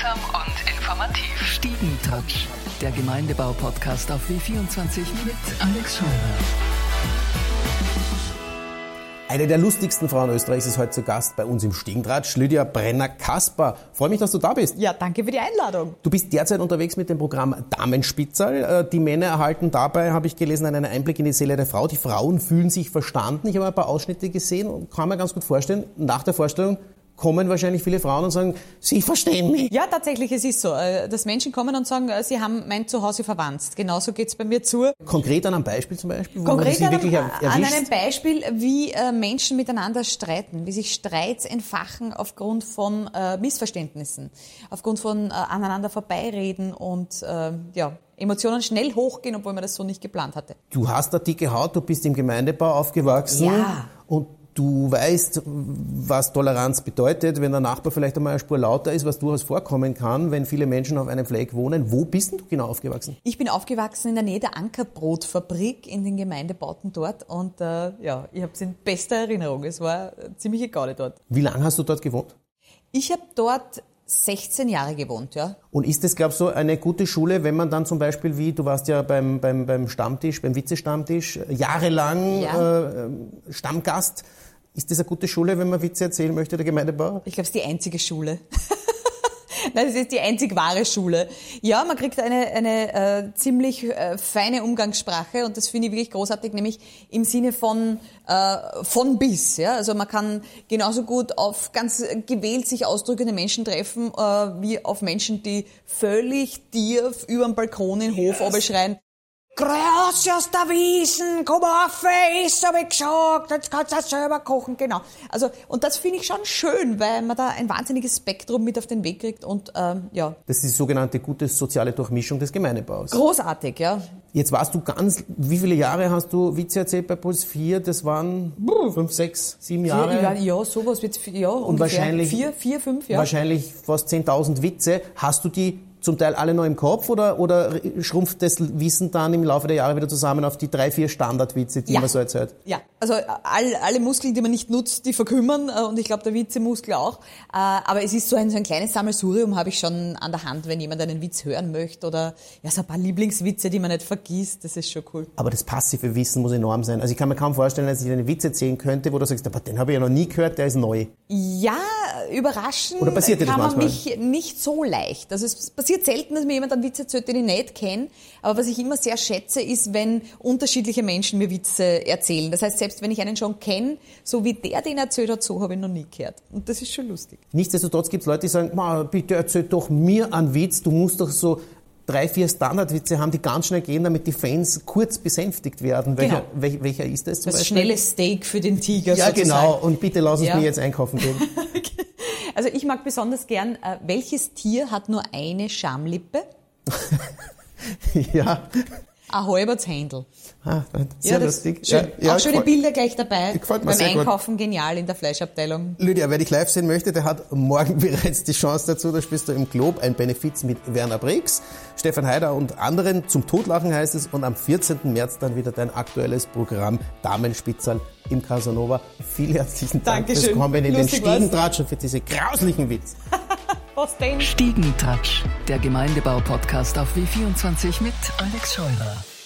Unterhaltsam und informativ. Stiegentouch, der Gemeindebau-Podcast auf W24 mit Alex Scheurer. Eine der lustigsten Frauen Österreichs ist heute zu Gast bei uns im Stiegentratsch, Lydia Brenner-Kasper. Freue mich, dass du da bist. Ja, danke für die Einladung. Du bist derzeit unterwegs mit dem Programm Damenspitzerl. Die Männer erhalten dabei, habe ich gelesen, einen Einblick in die Seele der Frau. Die Frauen fühlen sich verstanden. Ich habe ein paar Ausschnitte gesehen und kann mir ganz gut vorstellen, nach der Vorstellung kommen wahrscheinlich viele Frauen und sagen, sie verstehen mich. Ja, tatsächlich, es ist so, dass Menschen kommen und sagen, sie haben mein Zuhause verwandt. Genauso geht's bei mir zu. Konkret an einem Beispiel zum Beispiel? Konkret an einem Beispiel, wie Menschen miteinander streiten, wie sich Streits entfachen aufgrund von Missverständnissen, aufgrund von aneinander vorbeireden und Emotionen schnell hochgehen, obwohl man das so nicht geplant hatte. Du hast eine dicke Haut, du bist im Gemeindebau aufgewachsen. Ja. Und du weißt, was Toleranz bedeutet, wenn der Nachbar vielleicht einmal eine Spur lauter ist, was durchaus vorkommen kann, wenn viele Menschen auf einem Fleck wohnen. Wo bist denn du genau aufgewachsen? Ich bin aufgewachsen in der Nähe der Ankerbrotfabrik in den Gemeindebauten dort und ich habe es in bester Erinnerung. Es war ziemlich egal dort. Wie lange hast du dort gewohnt? Ich habe dort 16 Jahre gewohnt, ja. Und ist das, glaubst du, eine gute Schule, wenn man dann zum Beispiel, wie du warst ja beim Stammtisch, beim Witze-Stammtisch, jahrelang Stammgast, ist das eine gute Schule, wenn man Witze erzählen möchte, der Gemeindebau? Ich glaube, es ist die einzige Schule. Nein, es ist die einzig wahre Schule. Ja, man kriegt eine ziemlich feine Umgangssprache und das finde ich wirklich großartig, nämlich im Sinne von bis. Ja? Also man kann genauso gut auf ganz gewählt sich ausdrückende Menschen treffen, wie auf Menschen, die völlig tief über den Balkon in den Hof runterschreien. Grüß aus der Wiesen, komm auf, ist, hab ich gesagt, jetzt kannst du das selber kochen, genau. Also, und das finde ich schon schön, weil man da ein wahnsinniges Spektrum mit auf den Weg kriegt und, Das ist die sogenannte gute soziale Durchmischung des Gemeindebaus. Großartig, ja. Jetzt warst du wie viele Jahre hast du Witze erzählt bei Puls 4? Das waren 5, 6, 7 Jahre? Ja, sowas wird, ja, und wahrscheinlich 4, 5, ja. Wahrscheinlich fast 10.000 Witze. Hast du die zum Teil alle noch im Kopf oder schrumpft das Wissen dann im Laufe der Jahre wieder zusammen auf die 3, 4 Standardwitze, die man so erzählt? Ja, also alle Muskeln, die man nicht nutzt, die verkümmern und ich glaube der Witzemuskel auch. Aber es ist so ein kleines Sammelsurium habe ich schon an der Hand, wenn jemand einen Witz hören möchte oder so ein paar Lieblingswitze, die man nicht vergisst, das ist schon cool. Aber das passive Wissen muss enorm sein. Also ich kann mir kaum vorstellen, dass ich einen Witz erzählen könnte, wo du sagst, aber den habe ich ja noch nie gehört, der ist neu. Ja, überraschend oder passiert dir das kann man manchmal? mich nicht so leicht. Also es passiert selten, dass mir jemand einen Witz erzählt, den ich nicht kenne. Aber was ich immer sehr schätze, ist, wenn unterschiedliche Menschen mir Witze erzählen. Das heißt, selbst wenn ich einen schon kenne, so wie der den erzählt hat, so habe ich noch nie gehört. Und das ist schon lustig. Nichtsdestotrotz gibt es Leute, die sagen, bitte erzähl doch mir einen Witz, du musst doch so 3, 4 Standardwitze haben, die ganz schnell gehen, damit die Fans kurz besänftigt werden. Genau. Welcher ist das zum Beispiel? Das schnelle Steak für den Tiger ja, sozusagen. Genau. Und bitte lass uns mir jetzt einkaufen gehen. Also ich mag besonders gern, welches Tier hat nur eine Schamlippe? Ja. Ein halbes Händel. Sehr lustig. Schön. Ja, auch schöne Bilder gleich dabei. Gefällt mir beim sehr Einkaufen gut. Genial in der Fleischabteilung. Lydia, wer dich live sehen möchte, der hat morgen bereits die Chance dazu. Da spielst du im Glob ein Benefiz mit Werner Briggs, Stefan Heider und anderen. Zum Totlachen heißt es. Und am 14. März dann wieder dein aktuelles Programm Damenspitzerl im Casanova. Vielen herzlichen Dank fürs Kommen in den Stiegentratsch und für diese grauslichen Witz. Was denn? Stiegentouch, der Gemeindebau-Podcast auf W24 mit Alex Scheurer.